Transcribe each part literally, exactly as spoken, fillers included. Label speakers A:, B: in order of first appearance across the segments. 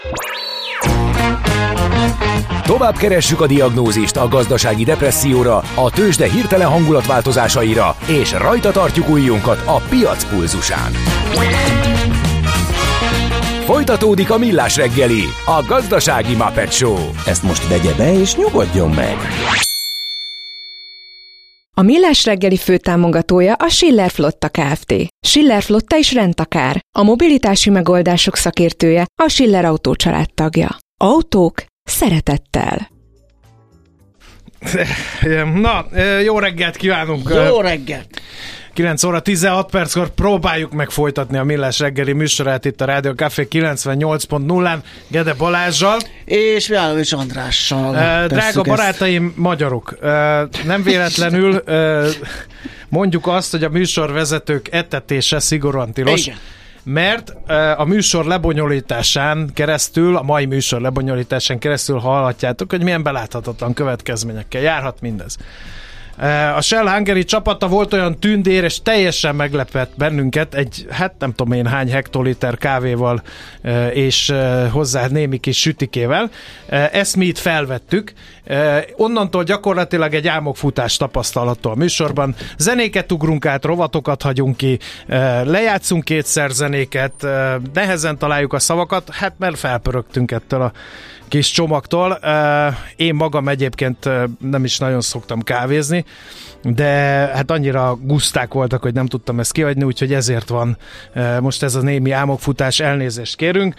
A: Tovább keressük a diagnózist a gazdasági depresszióra, a tőzsde hirtelen hangulatváltozásaira, és rajta tartjuk ujjunkat a piac pulzusán. Folytatódik a Millás reggeli, a gazdasági Muppet Show.
B: Ezt most vegye be és nyugodjon meg!
C: A Millás reggeli főtámogatója a Schiller Flotta Kft. Schiller Flotta is rendtakár. A mobilitási megoldások szakértője, a Schiller Autó család tagja. Autók szeretettel.
D: Na, jó reggelt kívánunk!
E: Jó reggelt!
D: kilenc óra tizenhat perckor próbáljuk meg folytatni a Millás reggeli műsorát itt a Rádió Café kilencvennyolc pont nullán Gede Balázssal.
E: És Mihálovics Andrással.
D: Uh, drága barátaim, ezt. Magyarok, uh, nem véletlenül uh, mondjuk azt, hogy a műsorvezetők etetése szigorúan tilos. Igen. Mert uh, a műsor lebonyolításán keresztül, a mai műsor lebonyolításán keresztül hallhatjátok, hogy milyen beláthatatlan következményekkel járhat mindez. A Shell Hungary csapata volt olyan tündér, és teljesen meglepett bennünket egy, hát nem tudom én hány hektoliter kávéval és hozzá némi kis sütikével. Ezt mi itt felvettük. Onnantól gyakorlatilag egy álmokfutás tapasztalható a műsorban. Zenéket ugrunk át, rovatokat hagyunk ki, lejátszunk kétszer zenéket, nehezen találjuk a szavakat, hát mert felpörögtünk ettől a kis csomagtól. Én magam egyébként nem is nagyon szoktam kávézni, de hát annyira guszták voltak, hogy nem tudtam ezt kihagyni, úgyhogy ezért van most ez a némi álmokfutás, elnézést kérünk.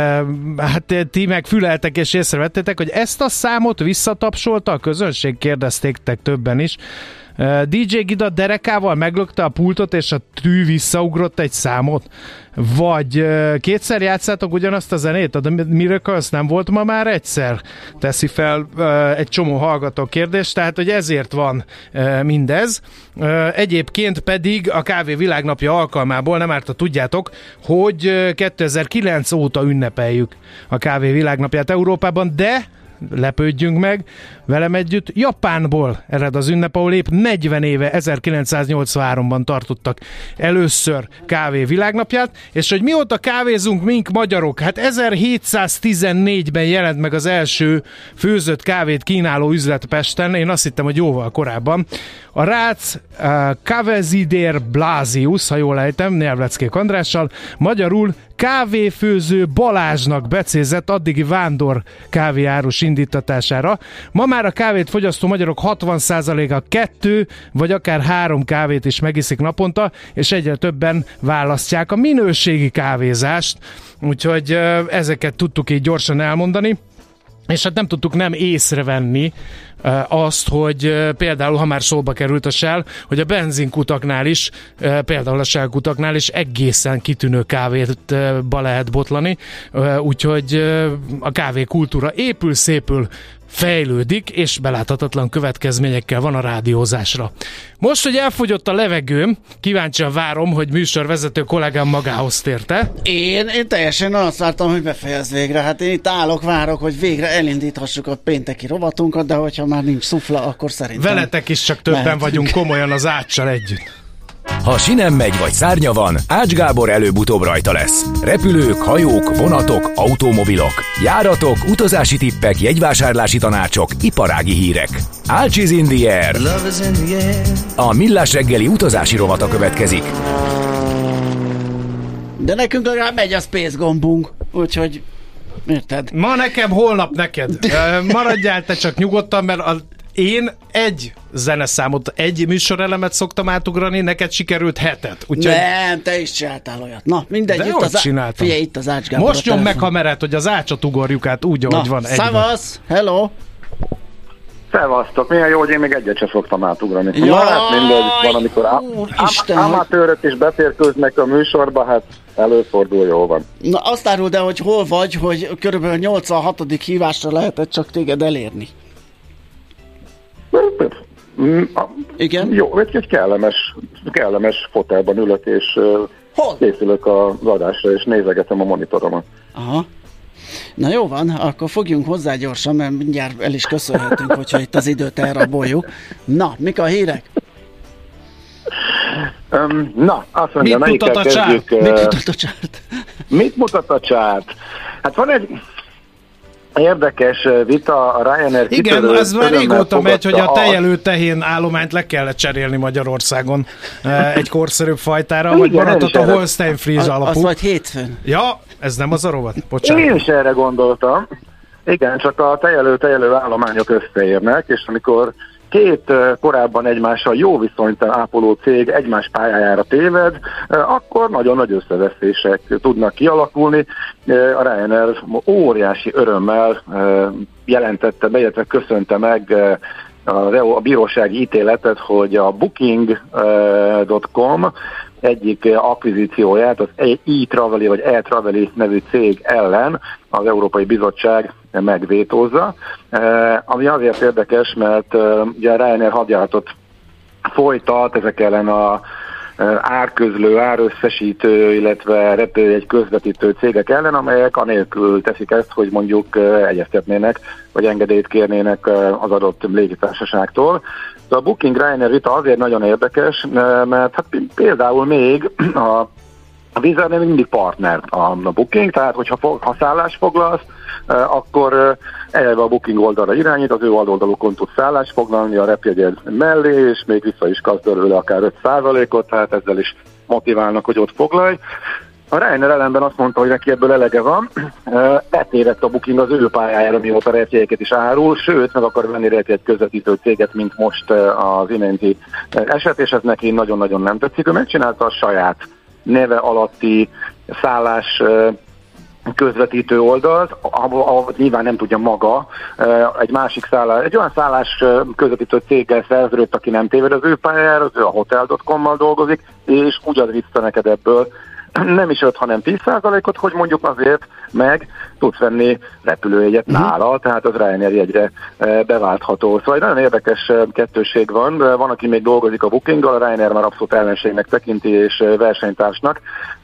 D: Hát ti meg füleltek és észrevettétek, hogy ezt a számot visszatapsolta a közönség, kérdeztéktek többen is. dé dzsé Gida derekával meglökte a pultot, és a tű visszaugrott egy számot? Vagy kétszer játszátok ugyanazt a zenét? A The Miracles nem volt ma már egyszer? Teszi fel egy csomó hallgató kérdést, tehát hogy ezért van mindez. Egyébként pedig a Kávé Világnapja alkalmából, nem árt, ha tudjátok, hogy kétezer-kilenc óta ünnepeljük a Kávé Világnapját Európában, de lepődjünk meg, velem együtt Japánból ered az ünnep, ahol épp negyven éve, ezerkilencszáznyolcvanháromban tartottak először kávé világnapját, és hogy mióta kávézunk mink magyarok, hát ezerhétszáztizennégyben jelent meg az első főzött kávét kínáló üzlet Pesten, én azt hittem, hogy jóval korábban. A Rácz uh, Kávézidér Blázius, ha jól ejtem, Nyelvleckék Andrással, magyarul kávéfőző Balázsnak becézett addigi vándor kávéárus indítatására. Ma már a kávét fogyasztó magyarok hatvan százaléka kettő vagy akár három kávét is megiszik naponta, és egyre többen választják a minőségi kávézást, úgyhogy uh, ezeket tudtuk így gyorsan elmondani. És hát nem tudtuk nem észrevenni uh, azt, hogy uh, például, ha már szóba került a Shell, hogy a benzinkutaknál is, uh, például a Shell kutaknál is egészen kitűnő kávét uh, ba lehet botlani, uh, úgyhogy uh, a kávékultúra épül, szépül fejlődik, és beláthatatlan következményekkel van a rádiózásra. Most, hogy elfogyott a levegőm, kíváncsian várom, hogy műsorvezető kollégám magához térte.
E: Én, én teljesen azt vártam, hogy befejezd végre. Hát én itt állok, várok, hogy végre elindíthassuk a pénteki rovatunkat, de hogyha már nincs szufla, akkor szerintem...
D: Veletek is csak többen mehetünk. Vagyunk komolyan az Áccsal együtt.
A: Ha sinem megy vagy szárnya van, Ács Gábor előbb-utóbb rajta lesz. Repülők, hajók, vonatok, automobilok, járatok, utazási tippek, jegyvásárlási tanácsok, iparági hírek. Ács is in the air. A Millás reggeli utazási rovata következik.
E: De nekünk legalább megy a space gombunk, úgyhogy érted?
D: Ma nekem, holnap neked. Maradjál te csak nyugodtan, mert a én egy zeneszámot, egy műsorelemet szoktam átugrani, neked sikerült hetet. Úgyhogy...
E: Nem, te is csináltál olyat. Na, mindegy,
D: de
E: itt az
D: á...
E: Figyelj, itt az Ács Gábor.
D: Most nyom meg kamerát, hogy az Ácsot ugorjuk át úgy, ahogy
E: Na,
D: van.
E: Szavasz, hello!
F: Szevasztok, milyen jó, hogy én még egyet sem szoktam átugrani.
E: Jaj,
F: Na, hát mindegy, van, amikor
E: Isten,
F: am- amatőrök is beférkőznek a műsorba, hát előfordul, jól van.
E: Na, azt áruld el, hogy hol vagy, hogy körülbelül nyolcvanhatodik hívásra lehetett csak téged elérni. Igen?
F: Jó, egy, egy kellemes, kellemes fotelban ülök, és Hol? készülök az adásra, és nézegetem a monitoromat.
E: Aha. Na jó van, akkor fogjunk hozzá gyorsan, mert mindjárt el is köszönhetünk, hogyha itt az időt elraboljuk. Na, mik a hírek?
F: Um, na, azt mondja,
D: mit mutat a
F: kezdjük,
D: csárt?
E: Mit mutat a csárt?
F: Mit mutat a csárt? Hát van egy érdekes vita, a Ryanair
D: Igen, ez már régóta megy, hogy a
F: az...
D: tejelő tehén állományt le kellett cserélni Magyarországon egy korszerűbb fajtára,
F: Igen,
D: vagy maradott a
F: erre...
D: Holstein Frise alapú.
E: Az vagy hétfőn.
D: Ja, ez nem az a rovat? Bocsánat.
F: Én is erre gondoltam. Igen, csak a tejelő-tejelő állományok összeérnek, és amikor két korábban egymással jó viszonyt ápoló cég egymás pályájára téved, akkor nagyon nagy összeveszések tudnak kialakulni. A Ryanair óriási örömmel jelentette be, illetve köszönte meg a bírósági ítéletet, hogy a booking pont com egyik akvizícióját, az e-Traveli vagy e-Traveli nevű cég ellen az Európai Bizottság megvétózza, ami azért érdekes, mert ugye a Ryanair hadjáratot folytat ezek ellen a árközlő, árösszesítő, illetve repülőjegy közvetítő cégek ellen, amelyek anélkül teszik ezt, hogy mondjuk egyeztetnének, vagy engedélyt kérnének az adott légitársaságtól. A Booking Ryanair vita azért nagyon érdekes, mert hát például még a A Wizz Air nem mindig partner a Booking, tehát hogyha ha szállást foglalsz, akkor eleve a Booking oldalra irányít, az ő oldalukon tud szállást foglalni a repjegyed mellé, és még vissza is kazdörül akár öt százalékot, tehát ezzel is motiválnak, hogy ott foglalj. A Ryanair ellenben azt mondta, hogy neki ebből elege van, betévedt a Booking az ő pályájára, mióta repjegyeket is árul, sőt, meg akar venni repjegy közvetítő céget, mint most az iménti eset, és ez neki nagyon-nagyon nem tetszik. Ő megcsinálta a saját neve alatti szállás közvetítő oldalt, ahol nyilván nem tudja maga egy másik szállás, egy olyan szállás közvetítő céggel szerződött, aki nem téved az ő pályájára, az ő a hotel pont com-mal dolgozik, és úgy ad vissza neked ebből nem is öt, hanem tíz százalékot, hogy mondjuk azért meg tudsz venni repülőjegyet uh-huh. nála, tehát az Ryanair jegyre beváltható. Szóval egy nagyon érdekes kettősség van, van, aki még dolgozik a Bookinggal, a Ryanair már abszolút ellenségnek tekinti, és versenytársnak,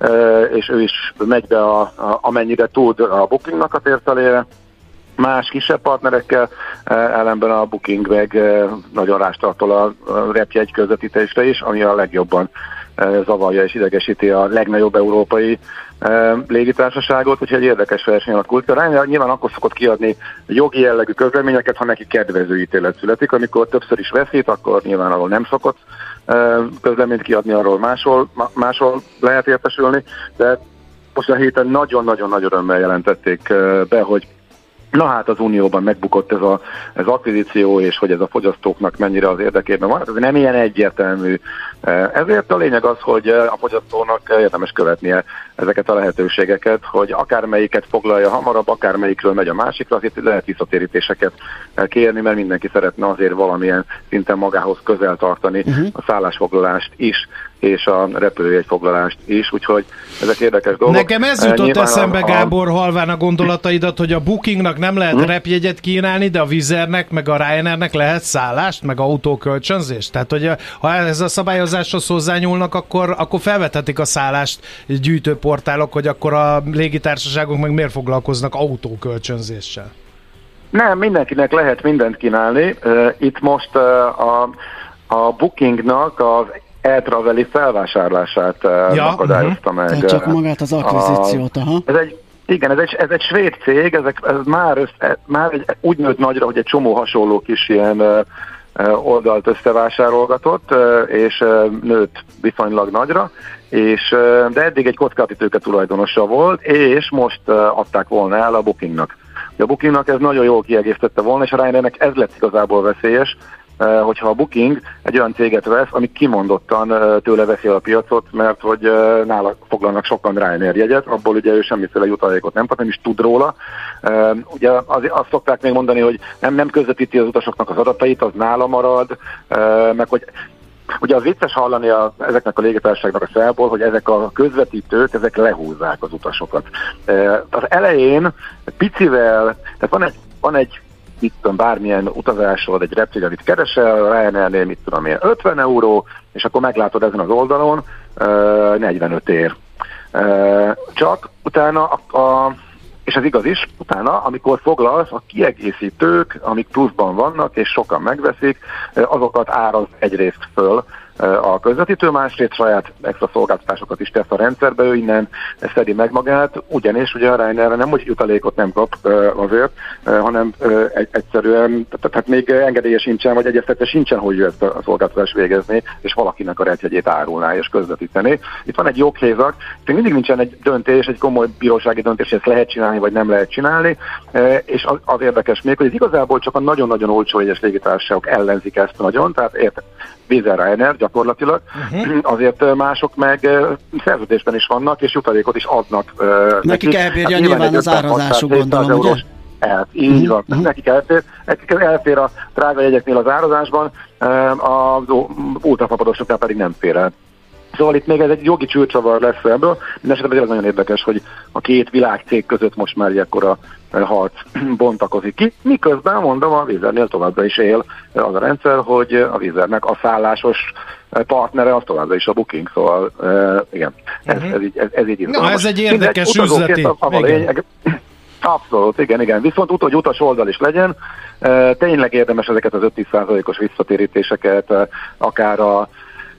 F: és ő is megy be, a, a, amennyire tud a Bookingnak a térfelére. Más kisebb partnerekkel, ellenben a Booking meg nagyon rástartol a repjegy közvetítésre is, ami a legjobban zavarja és idegesíti a legnagyobb európai légitársaságot, úgyhogy egy érdekes verseny alakult. A Ryanair nyilván akkor szokott kiadni jogi jellegű közleményeket, ha neki kedvező ítélet születik, amikor többször is veszít, akkor nyilván arról nem szokott közleményt kiadni, arról máshol, máshol lehet értesülni, de most a héten nagyon-nagyon nagy örömmel jelentették be, hogy na hát az Unióban megbukott ez az ez akvizíció, és hogy ez a fogyasztóknak mennyire az érdekében van. Ez nem ilyen egyértelmű. Ezért a lényeg az, hogy a fogyasztónak érdemes követnie ezeket a lehetőségeket, hogy akármelyiket foglalja hamarabb, akármelyikről megy a másikra, azért lehet visszatérítéseket kérni, mert mindenki szeretne azért valamilyen szinten magához közel tartani uh-huh. a szállásfoglalást is, és a repülőjegyfoglalást is, úgyhogy ezek érdekes dolgok.
D: Nekem ez jutott
F: Nyilván
D: eszembe,
F: a,
D: Gábor, halván a gondolataidat, hogy a Bookingnak nem lehet hmm. repjegyet kínálni, de a Wizz Airnek, meg a Ryanairnek lehet szállást, meg autókölcsönzést. Tehát, hogy ha ez a szabályozáshoz hozzányúlnak, akkor, akkor felvethetik a szállást gyűjtő portálok, hogy akkor a légitársaságok meg miért foglalkoznak autókölcsönzéssel. Nem, mindenkinek lehet mindent kínálni. Itt most a, a Bookingnak az e-Traveli felvásárlását ja, akadályozta uh-huh. meg.
E: Tehát csak magát az akvizíciót, aha.
F: Ez egy, igen, ez egy, ez egy svéd cég, ezek, ez már, össze, már egy, úgy nőtt nagyra, hogy egy csomó hasonló kis ilyen uh, oldalt összevásárolgatott, uh, és uh, nőtt viszonylag nagyra, és, uh, de eddig egy kockázati tőke tulajdonosa volt, és most uh, adták volna el a Bookingnak. A Bookingnak ez nagyon jól kiegészítette volna, és a Ryanairnek ez lett igazából veszélyes, hogyha a Booking egy olyan céget vesz, ami kimondottan tőle veszi a piacot, mert hogy nála foglalnak sokan Ryanair jegyet, abból ugye ő semmiféle jutalékot nem kap, nem is tud róla. Ugye az, azt szokták még mondani, hogy nem, nem közvetíti az utasoknak az adatait, az nála marad, meg hogy ugye az vicces hallani a, ezeknek a légitársaságnak a szájából, hogy ezek a közvetítők, ezek lehúzzák az utasokat. Az elején picivel, tehát van egy, van egy mit tudom, bármilyen utazásod, egy repjegy, amit keresel, Ryanairnél mit tudom én, ötven euró, és akkor meglátod ezen az oldalon, negyvenöt ér. Csak utána, a, a, és ez igaz is, utána, amikor foglalsz, a kiegészítők, amik pluszban vannak, és sokan megveszik, azokat áraz egyrészt föl a közvetítő, másrészt saját extra szolgáltatásokat is tesz a rendszerbe, ő innen szedi meg magát, ugyanis ugye a Ryanair nem, hogy jutalékot nem kap azért, hanem egyszerűen, tehát még engedélye sincsen, vagy egyeztetve sincsen, hogy ő ezt a szolgáltatást végezni, és valakinek a repjegyét árulná és közvetíteni. Itt van egy joghézag, itt mindig nincsen egy döntés, egy komoly bírósági döntés, hogy ezt lehet csinálni, vagy nem lehet csinálni, és az, az érdekes még, hogy igazából csak a nagyon-nagyon olcsó egyes légitársaságok ellenzik ezt nagyon, tehát érted, Wizz Air, Ryanair gyakorlatilag, uh-huh. azért mások meg szerződésben is vannak, és jutalékot is adnak.
E: Uh, nekik elbírja hát nyilván az árazásuk, gondolom, ugye?
F: El, így uh-huh. van, uh-huh. nekik elfér, nekik elfér a drága jegyeknél az árazásban, az ultrafapadosoknál pedig nem fér el. Szóval itt még ez egy jogi csőcsavar lesz ebből, mindenesetre ez nagyon érdekes, hogy a két világcég között most már ekkora harc bontakozik ki, miközben mondom, a Wizz Airnél továbbra is él az a rendszer, hogy a Wizz Airnek a szállásos partnere az továbbra is a Booking, szóval uh, igen, ez, uh-huh. ez így, ez, ez így
D: Na, ez egy érdekes üzleti.
F: A, a lényeg, abszolút, igen, igen. Viszont úgy, hogy utas oldal is legyen, tényleg érdemes ezeket az öt-tíz százalékos visszatérítéseket, akár a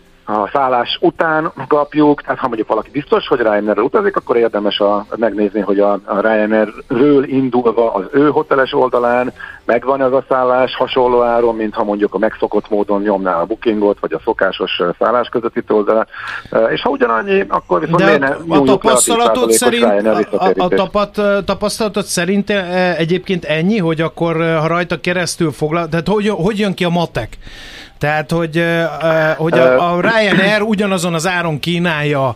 F: a szállás után kapjuk, tehát ha mondjuk valaki biztos, hogy Ryanairrel utazik, akkor érdemes a, megnézni, hogy a, a Ryanairről indulva az ő hoteles oldalán megvan ez a szállás hasonló áron, mint ha mondjuk a megszokott módon nyomná a Bookingot, vagy a szokásos szállás közvetítő oldalán. És ha ugyanannyi, akkor viszont
D: léne a tapasztalatod szerint, a, a, a tapat, tapasztalatod szerint egyébként ennyi, hogy akkor ha rajta keresztül foglal, tehát hogy, hogy jön ki a matek? Tehát, hogy, hogy a, a Ryanair ugyanazon az áron kínálja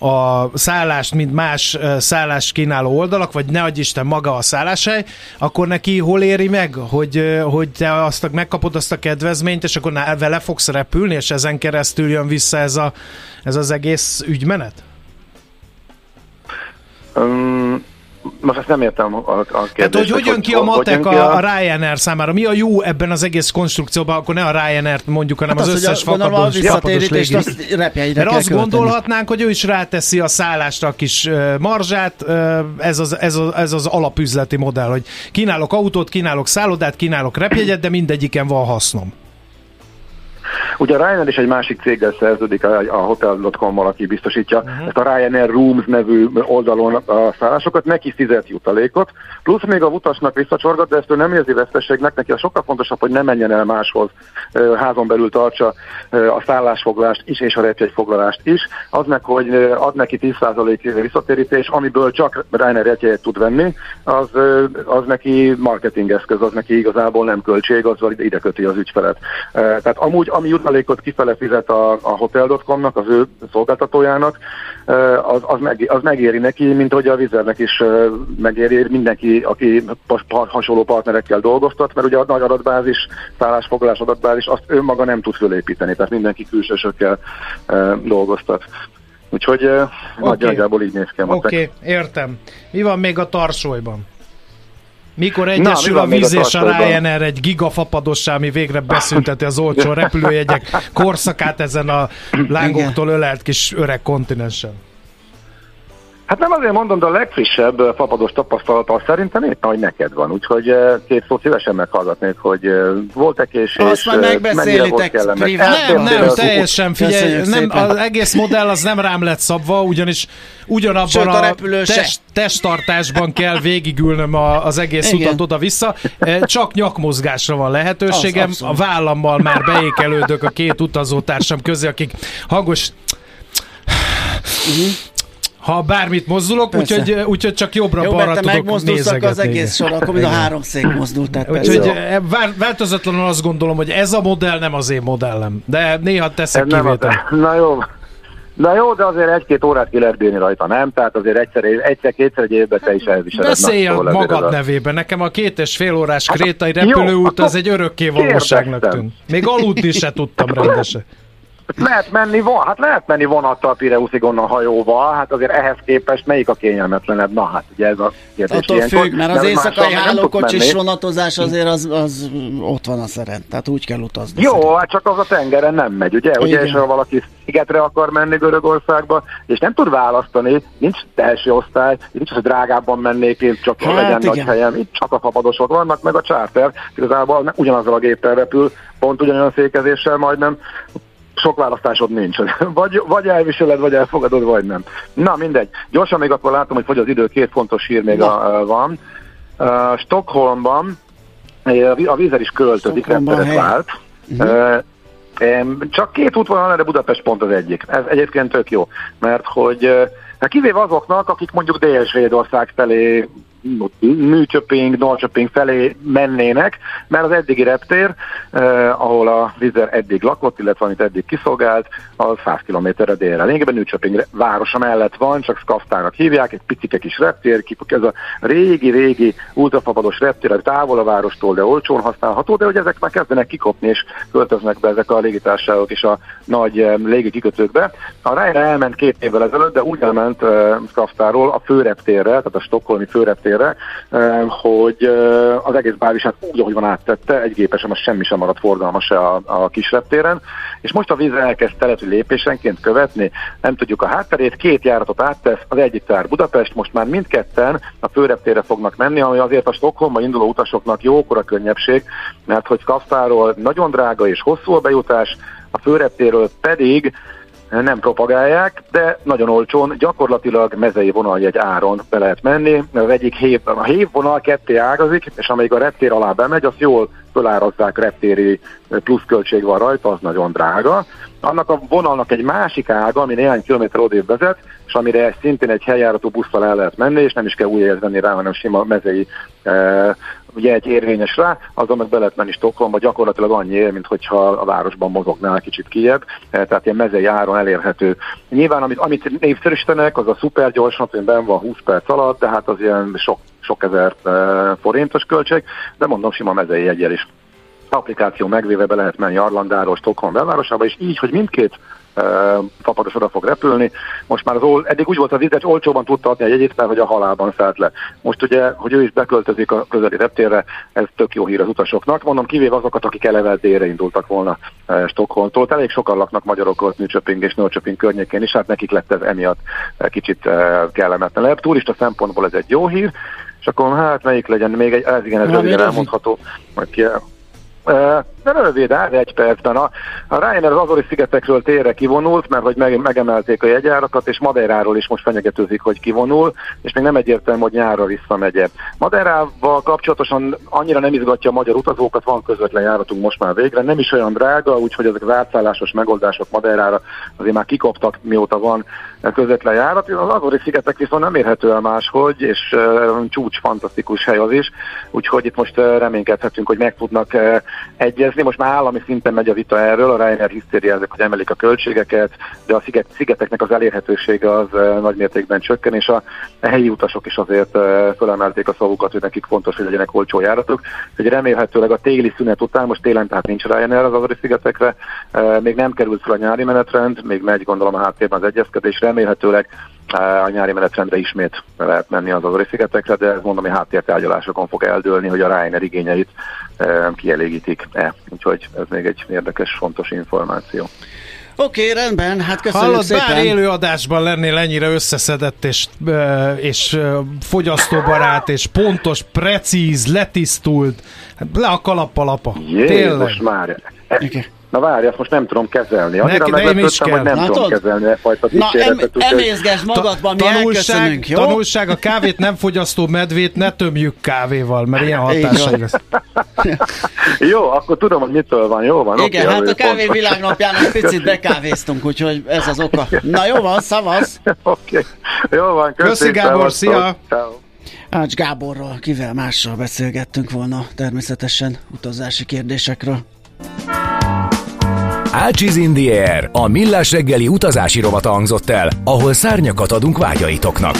D: a szállást, mint más szállás kínáló oldalak, vagy ne adj Isten maga a szálláshely, akkor neki hol éri meg, hogy, hogy te azt megkapod azt a kedvezményt, és akkor vele fogsz repülni, és ezen keresztül jön vissza ez, a, ez az egész ügymenet?
F: Um... Most ezt nem értem a, a kérdést.
D: Tehát, hogy hogy jön ki a matek a, a Ryanair számára? Mi a jó ebben az egész konstrukcióban? Akkor ne a Ryanair-t mondjuk, hanem hát az, az összes fakadós, fapados légi. Mert azt gondolhatnánk, hogy ő is ráteszi a szállásra a kis uh, marzsát. Uh, ez, az, ez, az, ez az alapüzleti modell, hogy kínálok autót, kínálok szállodát, kínálok repjegyet, de mindegyiken van hasznom.
F: Ugye a Ryanair is egy másik céggel szerződik, a, a hotel pont com-mal, aki biztosítja uh-huh. ezt a Ryanair Rooms nevű oldalon a szállásokat, neki fizet jutalékot, plusz még a utasnak visszacsorgat, de ezt ő nem érzi veszteségnek, neki a sokkal fontosabb, hogy ne menjen el máshoz, házon belül tartsa a szállásfoglalást is, és a repjegyfoglalást is, az meg, hogy ad neki tíz százalék visszatérítés, amiből csak Ryanair repjegyet tud venni, az, az neki marketingeszköz, az neki igazából nem költség, azzal ide köti az ügyfelet. Tehát amúgy, ami jutalékot kifele fizet a, a hotel pont com-nak, az ő szolgáltatójának, az, az, meg, az megéri neki, mint hogy a Wizz Airnek is megéri mindenki, aki hasonló partnerekkel dolgoztat, mert ugye a nagy adatbázis, szállásfoglalás adatbázis, azt önmaga nem tud fölépíteni, tehát mindenki külsősökkel dolgoztat. Úgyhogy okay. nagyjából így néz ki a matek.
D: Oké, okay, értem. Mi van még a Tarsolyban? Mikor egyesül Na, a Wizz és a Ryanair egy gigafapadossá, ami végre beszünteti az olcsó repülőjegyek korszakát ezen a lángoktól ölelt kis öreg kontinensen?
F: Hát nem azért mondom, de a legfrissebb fapados tapasztalattal szerintem éppen, hogy neked van. Úgyhogy két szót szívesen meghallgatnék, hogy volt-e késés,
E: azt már megbeszélitek
D: privát. Nem, nem, teljesen, figyelj, nem, az egész modell az nem rám lett szabva, ugyanis ugyanabban Sőt, a, a test, testtartásban kell végigülnöm a, az egész Igen. utat oda-vissza. Csak nyakmozgásra van lehetőségem. Az, a vállammal már beékelődök a két utazótársam közé, akik hangos... Uh-huh. Ha bármit mozdulok, úgyhogy, úgyhogy csak jobbra-balra tudok nézegetni.
E: Az egész sor, akkor mind a három szék mozdult. Tehát
D: úgyhogy változatlanul azt gondolom, hogy ez a modell nem az én modellem. De néha teszek kivétel.
F: Na jó. Na jó, de azért egy-két órát ki lehet bírni rajta, nem? Tehát azért egyszer, egyszer-kétszer egy évben te is elviseled.
D: Beszélj a magad nevében. Nekem a két és fél órás krétai repülőút az egy örökké valóságnak tűnt. Még aludni se tudtam rendesen.
F: Lehet menni, von, hát lehet menni vonattal a Pireuszig onnan hajóval, hát azért ehhez képest melyik a kényelmetlenebb? Na hát ugye ez a kérdés.
E: Attól függ, mert az éjszakai hálókocsis vonatozás azért az, az ott van a szeren, tehát úgy kell utazni.
F: Jó, szeren. Hát csak az a tengeren nem megy, ugye? ugye és ha valaki szigetre akar menni Görögországba, és nem tud választani, nincs első osztály, nincs az, hogy drágábban mennék, én csak hát legyen igen. nagy helyem, itt csak a fapadosok vannak, meg a charter, igazából ugyanazzal a géppel repül, pont ugyanolyan székezéssel majdnem, sok választásod nincs. Vagy, vagy elviseled, vagy elfogadod, vagy nem. Na mindegy. Gyorsan még akkor látom, hogy fogy az idő, két fontos hír még a, van. Uh, Stockholmban a Vízer is költözik, rendszeret vált. Uh-huh. Uh, csak két útvonal, de Budapest pont az egyik. Ez egyébként tök jó, mert hogy uh, kivéve azoknak, akik mondjuk Dél-Svédország felé, Nyköping, Norrköping felé mennének, mert az eddigi reptér, eh, ahol a Vízer eddig lakott, illetve amit eddig kiszolgált, az száz kilométerre délre. Lényegében Nyköping városa mellett van, csak Skavtának hívják, egy picike kis reptér, ez a régi-régi ultrafapados reptér, távol a várostól, de olcsón használható, de hogy ezek már kezdenek kikopni, és költöznek be ezek a légitársaságok és a nagy eh, légi kikötőkbe. A Ryanair elment két évvel ezelőtt, de úgy elment eh, Skavtáról a főreptérre, tehát a stockholmi főreptérre, hogy az egész bázisát úgy, ahogy van áttette, egy gépesen az semmi sem maradt forgalmas a, a kis reptéren, és most a Víz elkezd területi lépésenként követni, nem tudjuk a hátterét, két járatot áttesz, az egyik tár Budapest, most már mindketten a főreptérre fognak menni, ami azért a Stockholmba induló utasoknak jókora könnyebbség, mert hogy Skavtáról nagyon drága és hosszú a bejutás, a főreptéről pedig nem propagálják, de nagyon olcsón, gyakorlatilag mezei vonaljegy áron be lehet menni, mert az egyik hév, a hévvonal ketté ágazik, és amíg a reptér alá bemegy, azt jól fölárazzák, reptéri pluszköltség van rajta, az nagyon drága. Annak a vonalnak egy másik ága, ami néhány kilométer odébb vezet, és amire szintén egy helyjáratú busszal el lehet menni, és nem is kell új jegyet venni rá, hanem sima mezei e, jegy érvényes rá, azon meg be lehet menni Stockholmba, gyakorlatilag annyi ér, mint hogyha a városban mozognál kicsit kijebb, e, tehát ilyen mezei áron elérhető. Nyilván, amit, amit népszerűsítenek, az a szuper gyorsan, hogy benn van húsz perc alatt, de hát az ilyen sok, sok ezer e, forintos költség, de mondom, sima mezei jeggyel is. Applikáció megvéve be lehet menni Arlandáról Stockholm belvárosába, és így, hogy mindkét uh, fapados oda fog repülni. Most már az ol, eddig úgy volt az Vízer, olcsóban tudta adni egy jegyét, mert hogy a halálban szállt le. Most ugye, hogy ő is beköltözik a közeli reptérre, ez tök jó hír az utasoknak. Mondom, kivéve azokat, akik eleve délre indultak volna uh, Stockholmtól. Elég sokan laknak magyarok ott Nyköping és Norrköping környékén is, hát nekik lett ez emiatt uh, kicsit uh, kellemetlenebb. Turista szempontból ez egy jó hír, és akkor hát melyik legyen, még egy, ez igen, ez röviden elmondható, majd ki de rövid, hát egy percben. A, a Ryanair az Azori-szigetekről térre kivonult, mert hogy meg, megemelték a jegyárakat, és Madeiráról is most fenyegetőzik, hogy kivonul, és még nem egyértelmű, hogy nyárra visszamegye. Madeirával kapcsolatosan annyira nem izgatja a magyar utazókat, van közvetlen járatunk most már végre, nem is olyan drága, úgyhogy ezek az átszállásos megoldások Madeirára azért már kikoptak, mióta van közvetlen járat. Az Azori-szigetek viszont nem érhető el máshogy, és uh, csúcs fantasztikus hely az is, úgyhogy itt most uh, reménykedhetünk, hogy meg tudnak uh, egyezni. Most már állami szinten megy a vita erről, a Ryanair hisztériázik, hogy emelik a költségeket, de a sziget, szigeteknek az elérhetősége az uh, nagy mértékben csökken, és a, a helyi utasok is azért uh, fölemelték a szavukat, hogy nekik fontos, hogy legyenek olcsó járatok. Hogy remélhetőleg a téli szünet után, most télen tehát nincs Ryanair az Azori-szigetekre, uh, még nem került fel a nyári menetrend, még megy gondolom a háttérben az egyezkedés, remélhetőleg a nyári menetrendre ismét lehet menni az Azori-szigetekre, de ez mondom, hogy háttértárgyalásokon fog eldőlni, hogy a Ryanair igényeit e, kielégítik-e. Úgyhogy ez még egy érdekes, fontos információ.
E: Oké, okay, rendben, hát köszönjük
D: Hallod,
E: szépen.
D: Bár élőadásban lennél ennyire összeszedett, és, és fogyasztóbarát, és pontos, precíz, letisztult, le a kalappal, apa.
F: Jézus, most már. Okay. Na várj, ezt most nem tudom kezelni. Annyira meglepődtem, hogy nem
E: Na,
F: tudom kezelni a fajta dicséretet.
E: Na, em, emészgesd magadban, mi elköszönünk, jó?
D: Tanulság, a kávét nem fogyasztó medvét ne tömjük kávéval, mert ilyen hatásai lesz.
F: Jó, akkor tudom, hogy mitől van, jó van.
E: Igen, okay, hát a kávé világnapján egy picit bekávéztunk, úgyhogy ez az oka. Na jó van, szavasz!
F: Oké, okay. Jó van, köszönjük.
D: Köszi Gábor, szia! Ciao.
E: Ács Gáborral, kivel mással beszélgettünk volna természetesen utazási kérdésekről.
A: Ácsiz in the Air, a millás reggeli utazási rovata hangzott el, ahol szárnyakat adunk vágyaitoknak.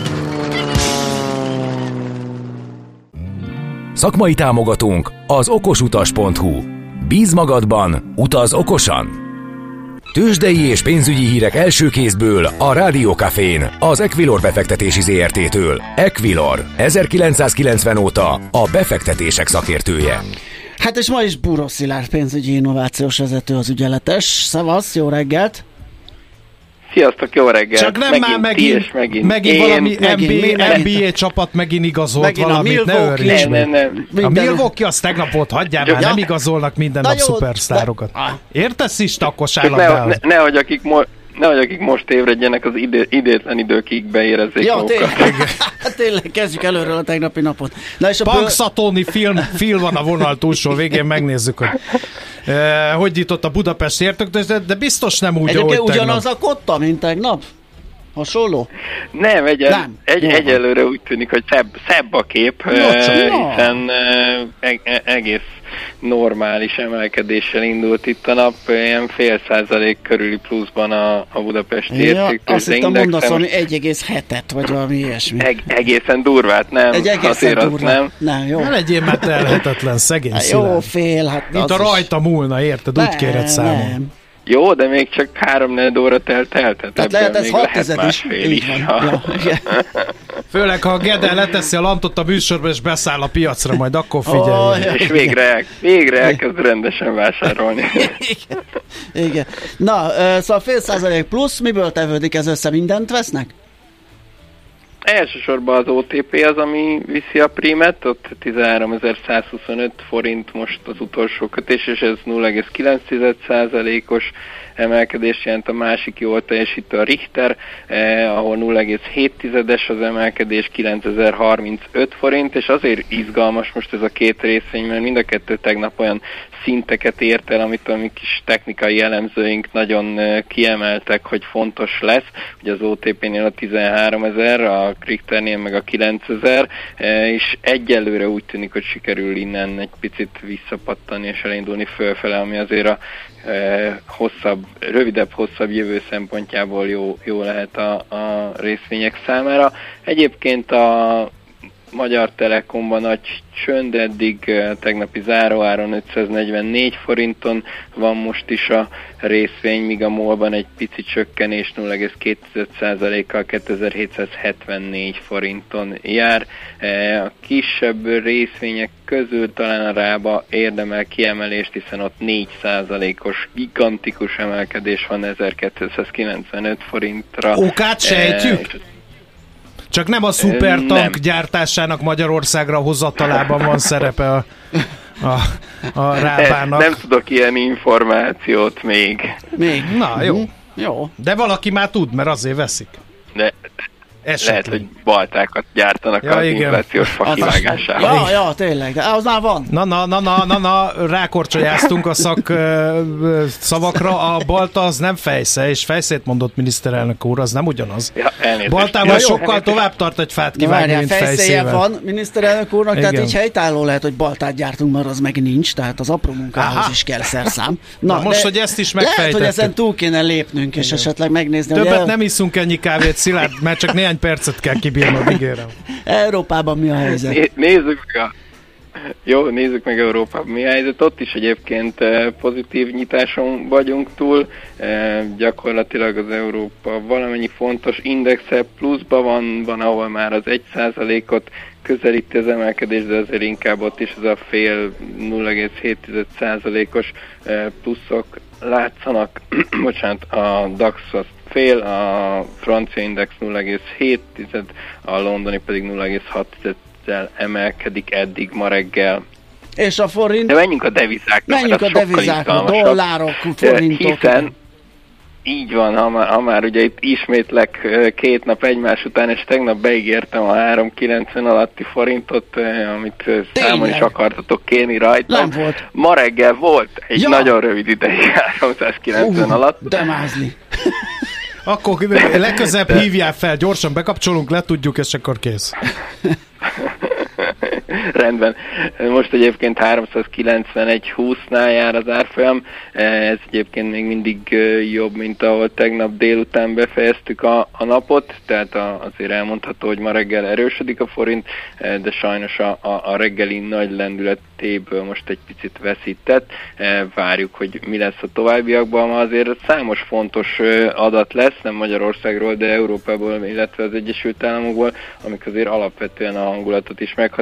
A: Szakmai támogatónk az okosutas pont hu. Bíz magadban, utaz okosan! Tőzsdei és pénzügyi hírek első kézből a Rádió Cafén, az Equilor befektetési zé er té-től. Equilor, ezerkilencszázkilencven óta a befektetések szakértője.
E: Hát és ma is Búró Szilárd pénzügyi innovációs vezető az ügyeletes. Szavasz, jó reggelt!
G: Sziasztok, jó reggelt!
D: Csak nem
G: megint
D: már megint,
G: és megint,
D: megint
G: én,
D: valami
E: megint,
D: en bé á csapat megint igazolt
E: megint
D: valamit, ne örülj.
G: Nem, nem, nem.
D: A Milwaukee az tegnap volt, hagyjál már,
E: Ja.
D: nem igazolnak minden nap
E: jó,
D: szupersztárokat.
E: de-
D: Értesz is, takkos
G: Csak ne,
D: államdához?
G: ne, nehogy, akik mo- nehogy akik most ébredjenek, az idő, idétlen időkig beérezzék
E: Ja,
G: magukat.
E: tényleg. Hát tényleg, kezdjük előről a tegnapi napot. Na és a ből...
D: Punxsutawney film, film van a vonal túlsó végén, megnézzük, hogy eh, hogy nyitott a Budapesti értök, de, de biztos nem úgy,
E: Egyébként
D: ahogy tegnap.
E: ugyanaz a kotta, mint tegnap? Hasonló?
G: Nem, egyel,
E: Nem.
G: Egy,
E: Jó van.
G: egyelőre úgy tűnik, hogy szebb, szebb a kép,
E: No,
G: eh,
E: csak na.
G: hiszen eh, eg- e- egész normális emelkedéssel indult itt a nap, ilyen fél százalék körüli pluszban a, a budapesti
E: Ja, azt
G: értéktőzsde
E: hittem mondasz
G: indexem.
E: valami egy egész hetet, vagy valami ilyesmi.
G: Eg- egészen durvát, nem?
E: Egy egészen
G: Azért az
E: durva.
G: nem.
E: Nem, jó.
D: Ne legyél már telhetetlen, szegény
E: Hát jó,
D: Szilárd.
E: fél, hát
D: Mint
E: az
D: a
E: is-
D: rajta múlna, érted? Úgy kéred számon.
E: Nem.
G: Jó, de még csak három-négy óra telt el, tehát,
E: Tehát
G: ebből
E: lehet ez
G: még
E: hat
G: lehet
E: tized is.
G: másfél
E: Így
G: is.
E: van. Ja, igen.
D: Főleg, ha a Gede leteszi a lantot a műsorba, és beszáll a piacra, majd akkor figyelj.
E: Oh, ja.
G: És végre, el, végre elkezd rendesen vásárolni.
E: Igen. Igen. Na, ö, szóval fél százalék plusz, miből tevődik ez össze? Mindent vesznek?
G: Elsősorban az o té pé az, ami viszi a prímet, ott tizenháromezer-százhuszonöt forint most az utolsó kötés, és ez nulla egész kilenc százalékos emelkedés jelent. A másik jól teljesítő a Richter, eh, ahol nulla egész hét tizedes az emelkedés, kilencezer-harmincöt forint, és azért izgalmas most ez a két részvény, mert mind a kettő tegnap olyan szinteket ért el, amit a mi kis technikai elemzőink nagyon eh, kiemeltek, hogy fontos lesz. Ugye az o té pénél a tizenháromezer, a Richternél meg a kilencezer, eh, és egyelőre úgy tűnik, hogy sikerül innen egy picit visszapattani és elindulni fölfele, ami azért a eh, hosszabb, rövidebb, hosszabb jövő szempontjából jó, jó lehet a, a részvények számára. Egyébként a Magyar Telekomban nagy csönd, eddig eh, tegnapi záróáron ötszáznegyvennégy forinton van most is a részvény, míg a MOL-ban egy pici csökkenés nulla egész két százalékkal kétezer-hétszázhetvennégy forinton jár. Eh, a kisebb részvények közül talán a Rába érdemel kiemelést, hiszen ott négy százalékos gigantikus emelkedés van ezerkétszázkilencvenöt forintra.
D: Okát sejtjük?
G: Eh,
D: Csak nem a szupertank
G: Nem.
D: gyártásának Magyarországra hozatalában van szerepe a, a, a Rábának.
G: Nem tudok ilyen információt még,
E: Még.
D: Na, jó.
E: Mhm. Jó.
D: De valaki már tud, mert azért veszik.
G: de
D: Esetleg.
G: lehet, hogy baltákat gyártanak
D: Ja,
G: az
D: igen.
G: inflációs
E: Az-
G: fakivágásához.
E: Ja, ja, tényleg, de az már van.
D: Na, na, na, na, na, na, rákorcsolyáztunk a szak ö, ö, szavakra, a balta az nem fejsze, és fejszét mondott miniszterelnök úr, az nem ugyanaz.
G: Ja, elnézést.
D: Baltával
E: Ja, jó.
D: sokkal tovább tart egy fát
E: De
D: kivágni,
E: várjál,
D: mint
E: fejszéje
D: fejszével.
E: van miniszterelnök úrnak, tehát
D: Igen.
E: így helytálló lehet, hogy baltát gyártunk, mert az meg nincs, tehát az apró munkához
D: Aha.
E: is kell szerszám.
D: Na, most, hogy ezt is
E: lehet, hogy
D: megfejtettük.
E: ezen túl kéne lépnünk, és esetleg megnézni,
D: Többet
E: hogy
D: nem iszunk ennyi kávét, Szilárd, mert csak néhány percet kell kibírnod, ígérem.
E: Európában mi a helyzet.
G: Né- nézzük meg a... Jó, nézzük meg Európában mi a helyzet. Ott is egyébként eh, pozitív nyitáson vagyunk túl. Eh, gyakorlatilag az Európa valamennyi fontos indexe pluszban van, van, ahol már az egy százalékot közelíti az emelkedés, de azért inkább ott is ez a fél nulla egész hét százalékos eh, pluszok látszanak. Bocsánat, a DAX az fél, a francia index nulla egész hét, a londoni pedig nulla egész hat emelkedik eddig ma reggel.
E: És a forint?
G: De menjünk a devizákra,
E: Menjünk
G: mert
E: a
G: az sokkal
E: devizákra,
G: izgalmasabb.
E: dollárok, forintok.
G: Hiszen így van, ha már, ha már ugye itt ismétlek ö, két nap egymás után, és tegnap beígértem a három kilencven alatti forintot, ö, amit ö, számon is akartatok kérni rajta.
E: Nem volt.
G: Ma reggel volt egy
E: Ja.
G: nagyon rövid ideig háromszázkilencven
E: Uh,
G: alatt.
E: de mázli.
D: Akkor legközelebb hívjál fel, gyorsan bekapcsolunk, letudjuk, és akkor kész.
G: Rendben. Most egyébként háromszázkilencvenegy húsznál jár az árfolyam. Ez egyébként még mindig jobb, mint ahol tegnap délután befejeztük a, a napot, tehát a, azért elmondható, hogy ma reggel erősödik a forint, de sajnos a, a, a reggeli nagy lendületéből most egy picit veszített. Várjuk, hogy mi lesz a továbbiakban. Ma azért számos fontos adat lesz, nem Magyarországról, de Európából, illetve az Egyesült Államokból, amik azért alapvetően a hangulatot is meghatározzák.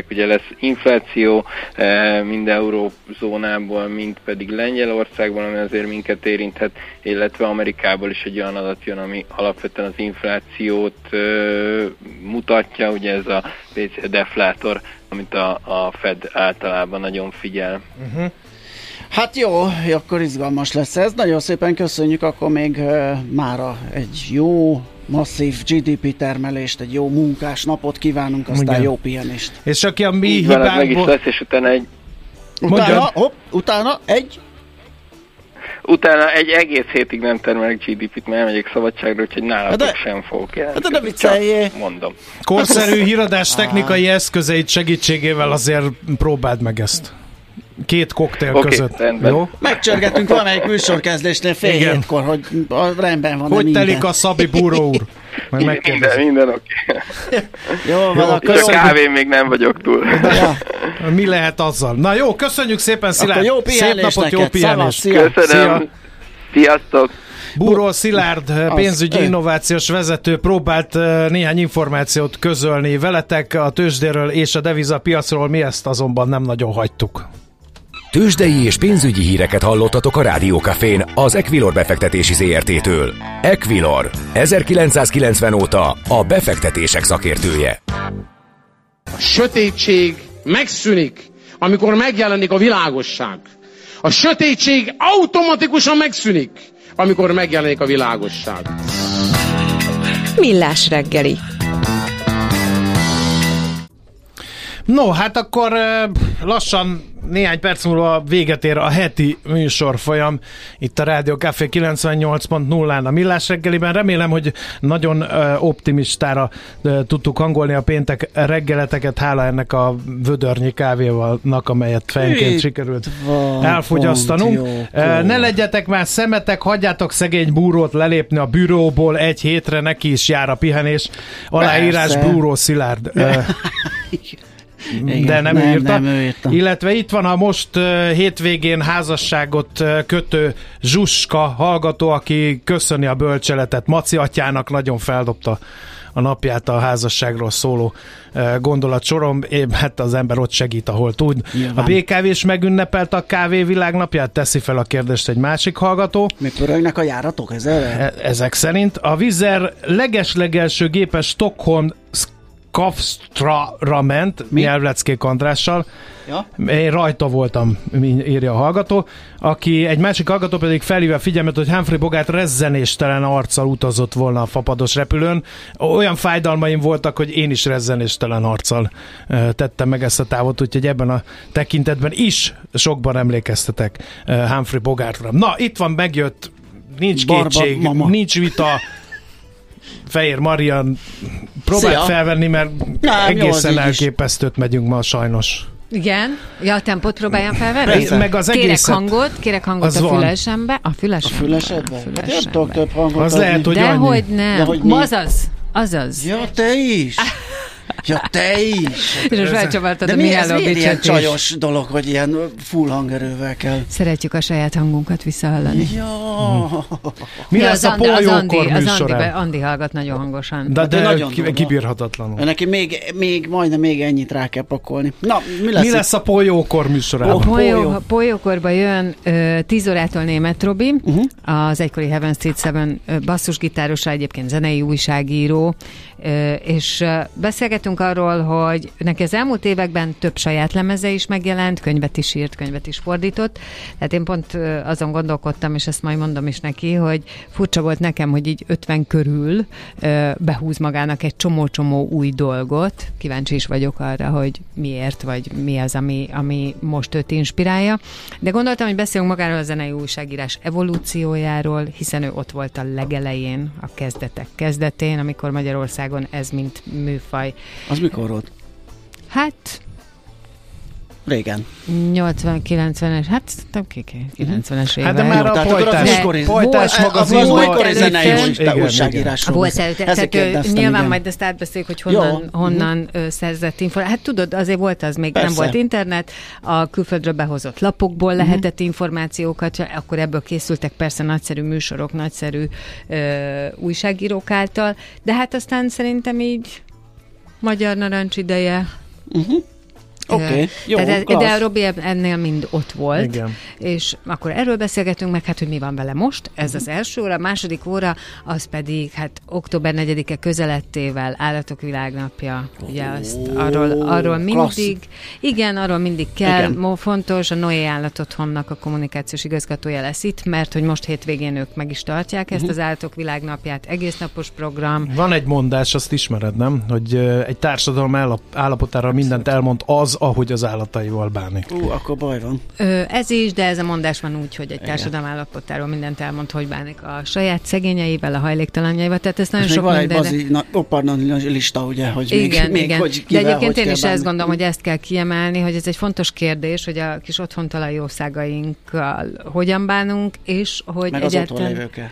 G: ugye lesz infláció mind eurózónából, mind pedig Lengyelországból, ami azért minket érinthet, illetve Amerikából is egy olyan adat jön, ami alapvetően az inflációt mutatja, ugye ez a pé cé deflátor, amit a, a Fed általában nagyon figyel.
E: Uh-huh. Hát jó, akkor izgalmas lesz ez. Nagyon szépen köszönjük, akkor még uh, mára egy jó, masszív gé dé pé termelést, egy jó munkás napot kívánunk, aztán igen. Jó pihenést.
D: És aki a mi
G: hibánkból... Van, meg is lesz, és utána egy...
E: Utána, hopp, utána egy...
G: Utána egy egész hétig nem termelek gé dé pét, mert elmegyek szabadságra, úgyhogy nálatok de, sem fogok jelentkezni.
E: Hát de vicceljé.
G: Mondom.
D: Korszerű híradás technikai eszközeit segítségével azért próbáld meg ezt. Két koktél okay, között.
G: Rendben.
E: Jó? Megcsörgetünk valamelyik műsorkezdésnél fél igen. hétkor, hogy a rendben van.
D: Hogy telik a Szabi Búró úr?
G: Minden, minden oké. Okay.
E: Jó, van,
G: jó,
E: akkor
G: a kávén még nem vagyok túl.
D: Ja. Mi lehet azzal? Na jó, köszönjük szépen, Szilárd.
E: Jó szép napot, neked. Jó pihenést.
G: Köszönöm. Szia. Sziasztok.
D: Búró Szilárd, pénzügyi innovációs vezető próbált néhány információt közölni veletek a tőzsdéről és a devizapiacról, mi ezt azonban nem nagyon hagytuk.
A: Tőzsdei és pénzügyi híreket hallottatok a Rádió Cafén az Equilor befektetési zé er té-től. Equilor, ezerkilencszázkilencven óta a befektetések szakértője.
H: A sötétség megszűnik, amikor megjelenik a világosság. A sötétség automatikusan megszűnik, amikor megjelenik a világosság.
C: Millás reggeli.
D: No, hát akkor lassan néhány perc múlva véget ér a heti műsorfolyam itt a Rádió Café kilencvennyolc pont nullán a Millás reggeliben. Remélem, hogy nagyon optimistára tudtuk hangolni a péntek reggeleteket, hála ennek a vödörnyi kávévalnak, amelyet fejenként itt sikerült van, elfogyasztanunk. Pont, jó, ne legyetek már szemetek, hagyjátok szegény Búrót lelépni a büróból egy hétre, neki is jár a pihenés. Aláírás persze. Búró Szilárd. Igen, de nem, nem, írta. nem írta. Illetve itt van a most uh, hétvégén házasságot uh, kötő Zsuska hallgató, aki köszöni a bölcseletet. Maci atyának nagyon feldobta a napját a házasságról szóló uh, gondolatsorom. É, hát az ember ott segít, ahol tud. Nyilván. A bé ká vé is megünnepelte a kávé világnapját, teszi fel a kérdést egy másik hallgató.
E: Mi pörögnek a járatok ezzel?
D: Ezek szerint a Vizer legeslegelső gépe Stockholm Kavstra-ra ment, mi? Nyelvleckék Andrással. Ja? Én rajta voltam, írja a hallgató, aki egy másik hallgató pedig felhívja a figyelmet, hogy Humphrey Bogart rezzenéstelen arccal utazott volna a fapados repülőn. Olyan fájdalmaim voltak, hogy én is rezzenéstelen arccal tettem meg ezt a távot, úgyhogy ebben a tekintetben is sokban emlékeztetek Humphrey Bogartra. Na, itt van, megjött, nincs Barba, kétség, mama. Nincs vita, Fehér Marian próbált felvenni, mert nem, egészen jó, elképesztőt megyünk ma sajnos.
I: Igen? Ja, a tempót próbáljam felvenni?
D: Meg az
I: kérek
D: egészet.
I: hangot, kérek hangot a fülesembe. A fülesembe.
E: A fülesembe? A fülesembe. Több hangot
D: az lehet, hogy
I: de
D: annyi.
I: Hogy nem. De hogy azaz. Azaz.
E: Ja, te is. Ja, te is!
I: És most felcsavartad
E: a
I: Mihály
E: Lobicset. De mi ez ilyen csajos dolog, hogy ilyen full hangerővel kell?
I: Szeretjük a saját hangunkat visszahallani.
E: Ja.
D: Hmm. Mi ja, lesz a Pólyókor műsorán?
I: Az Andi hallgat nagyon hangosan.
D: De, de nagyon kibírhatatlanul.
E: Neki még, még majdnem még ennyit rá kell pakolni. Na, mi lesz,
D: mi lesz a Pólyókor műsorán?
I: A Pólyó, Pólyókorban jön uh, tíz órától Németh Robi, uh-huh. az egykori Heaven Street Seven uh, basszusgitárosa, egyébként zenei újságíró, uh, és uh, beszélgetünk arról, hogy neki az elmúlt években több saját lemeze is megjelent, könyvet is írt, könyvet is fordított. Tehát én pont uh, azon gondolkodtam, és ezt majd mondom is neki, hogy furcsa volt nekem, hogy így ötven körül uh, behúz magának egy csomó-csomó új dolgot. Kíváncsi is vagyok arra, hogy miért, vagy mi az, ami, ami most őt inspirálja. De gondoltam, hogy beszélünk magáról a zenei újságírás evolúciójáról, hiszen ő ott volt a legelején, a kezdetek kezdetén, amikor Magyarországon ez mint műfaj.
E: Az mikor volt?
I: Hát...
E: Régen.
I: nyolcvan-kilencvenes, hát nem kiké, kilencvenes évek.
D: Hát de már a pojtás, pojtás magazinban.
E: Az zenei újságírás.
I: Volt előtte, tehát nyilván majd ezt átbeszéljük, hogy honnan, honnan szerzett információt. Hát tudod, azért volt az, még nem volt internet, a külföldről behozott lapokból lehetett információkat, akkor ebből készültek persze nagyszerű műsorok, nagyszerű újságírók által, de hát aztán szerintem így magyar narancs ideje,
E: Uh-huh. Okay. Jó,
I: de, de a Robi ennél mind ott volt. Igen. És akkor erről beszélgetünk meg, hát, hogy mi van vele most. Ez uh-huh. az első óra. A második óra, az pedig, hát október negyedike közelettével Állatok Világnapja. Oh, ugye azt, arról, arról mindig, igen, arról mindig kell. Igen. Fontos, a Noé Állatotthonnak a kommunikációs igazgatója lesz itt, mert hogy most hétvégén ők meg is tartják ezt uh-huh. az Állatok Világnapját. Egész napos program.
D: Van egy mondás, azt ismered, nem? Hogy egy társadalom állap, állapotára mindent elmond az, ahogy az állataival bánik.
E: Ú, akkor baj van.
I: Ö, ez is, de ez a mondás van úgy, hogy egy társadalom állapotáról mindent elmond, hogy bánik a saját szegényeivel, a hajléktalanjaival, tehát ez nagyon
E: és
I: sok
E: van
I: minden.
E: Egy bazi, na, oparna lista, ugye, hogy
I: igen,
E: még,
I: igen.
E: még hogy
I: kivel,
E: de
I: egyébként
E: hogy
I: én is
E: bánni.
I: ezt gondolom, hogy ezt kell kiemelni, hogy ez egy fontos kérdés, hogy a kis otthontalan jószágainkkal hogyan bánunk, és hogy
E: meg
I: egyáltalán...
E: az otthonlévőkkel.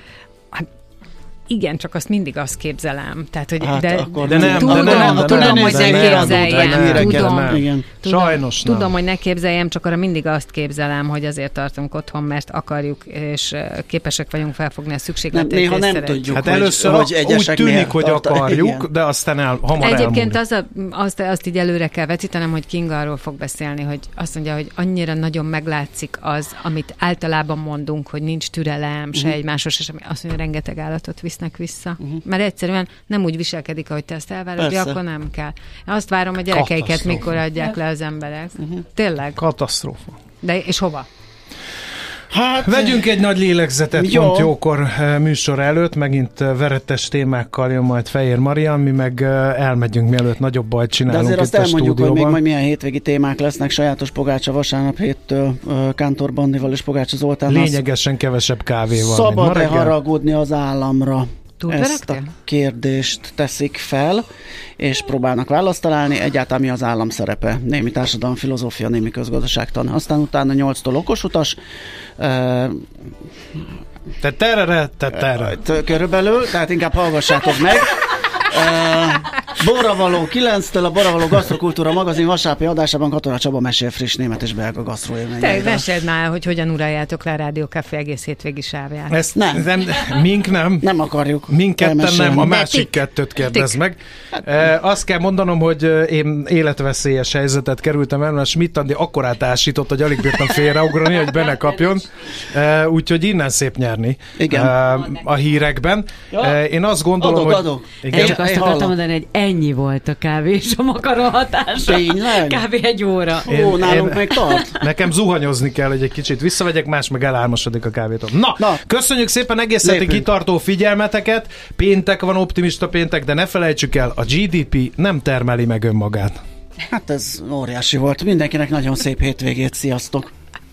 I: Igen, csak azt mindig azt képzelem. Tehát, hogy
E: hát,
I: de,
E: akkor
D: de nem,
I: tudom,
D: de nem, de
I: tudom,
D: nem,
I: hogy ne képzeljem. Tudom, tudom,
D: sajnos nem.
I: Tudom, hogy ne képzeljem, csak arra mindig azt képzelem, hogy azért tartunk otthon, mert akarjuk, és képesek vagyunk felfogni a szükségletét.
E: Nem, néha nem tudjuk,
D: hát
E: hogy,
D: először
E: hogy
D: úgy tűnik, hogy
E: tart,
D: akarjuk,
E: igen.
D: de aztán el, hamar
I: Egyébként az a, azt, azt így előre kell vetítenem, hogy Kinga arról fog beszélni, hogy azt mondja, hogy annyira nagyon meglátszik az, amit általában mondunk, hogy nincs türelem, se uh-huh. egymáshoz, se semmi. Azt mondja, rengeteg állatot visznek vissza. Uh-huh. Mert egyszerűen nem úgy viselkedik, ahogy te ezt elvárod, hogy akkor nem kell. Azt várom a gyerekeiket, mikor adják le az emberek. Uh-huh. Tényleg.
D: Katasztrófa.
I: De és hova?
D: Hát, vegyünk egy nagy lélegzetet jó. Pont jókor műsor előtt, megint veretes témákkal jön majd Fejér Marian, mi meg elmegyünk, mielőtt nagyobb bajt csinálunk.
E: De azért
D: itt
E: azt elmondjuk,
D: stúdióban.
E: Hogy még majd milyen hétvégi témák lesznek. Sajátos Pogácsa vasárnap héttől Kántor Bandival és Pogácsa Zoltán.
D: Lényegesen kevesebb kávéval.
E: Szabad-e haragudni az államra?
I: Ezt
E: a kérdést teszik fel, és próbálnak választ találni. Egyáltalán mi az állam szerepe? Némi társadalom filozófia, némi közgazdaságtan. Aztán utána nyolctól okosutas.
D: Te terere, te terre.
E: Körülbelül, tehát inkább hallgassátok meg. Borravaló kilenctől a Borravaló Gasztrokultúra magazin vasárnapi adásában Katona Csaba mesél friss német és belga gasztroélményeiről.
I: Te meséld már, hogy hogyan uraljátok le a Rádió Café egész hétvégi sávját.
D: Ezt nem. nem. Mink nem.
E: Nem akarjuk.
D: Minketten nem, a másik kettőt kérdezd meg. E, azt kell mondanom, hogy én életveszélyes helyzetet kerültem el, mert Schmidt Andi akkorát ásított, hogy alig bírtam félreugrani, hogy benne kapjon. E, úgyhogy innen szép nyerni.
E: Igen.
D: E, a hírekben. E, én azt gondolom,
E: adok,
D: hogy...
E: Adok.
J: Igen. Én csak azt akartam mondani, hogy ennyi volt a kávé és a makaron hatása.
E: Tényleg?
J: Kávé egy óra.
E: Én, Ó, nálunk én, még tart.
D: Nekem zuhanyozni kell, hogy egy kicsit visszavegyek, más meg elálmosodik a kávétól. Na, Na, köszönjük szépen egész heti kitartó figyelmeteket. Péntek van, optimista péntek, de ne felejtsük el, a gé dé pé nem termeli meg önmagát.
E: Hát ez óriási volt. Mindenkinek nagyon szép hétvégét. Sziasztok!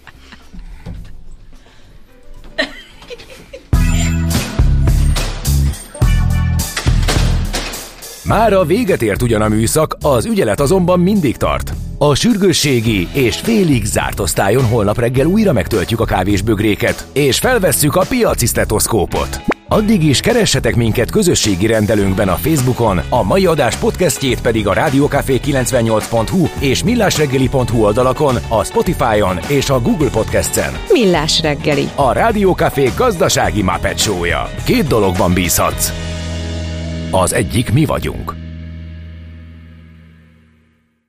A: Mára véget ért ugyan a műszak, az ügyelet azonban mindig tart. A sürgősségi és félig zárt osztályon holnap reggel újra megtöltjük a kávésbögréket, és felvesszük a piaci sztetoszkópot. Addig is keressetek minket közösségi rendelőnkben a Facebookon, a mai adás podcastjét pedig a rádiókafé kilencvennyolc pont hu és millásreggeli pont hu oldalakon, a Spotify-on és a Google Podcast-en.
C: Millás reggeli.
A: A Rádiókafé gazdasági Muppet Show-ja. Két dologban bízhatsz. Az egyik mi vagyunk.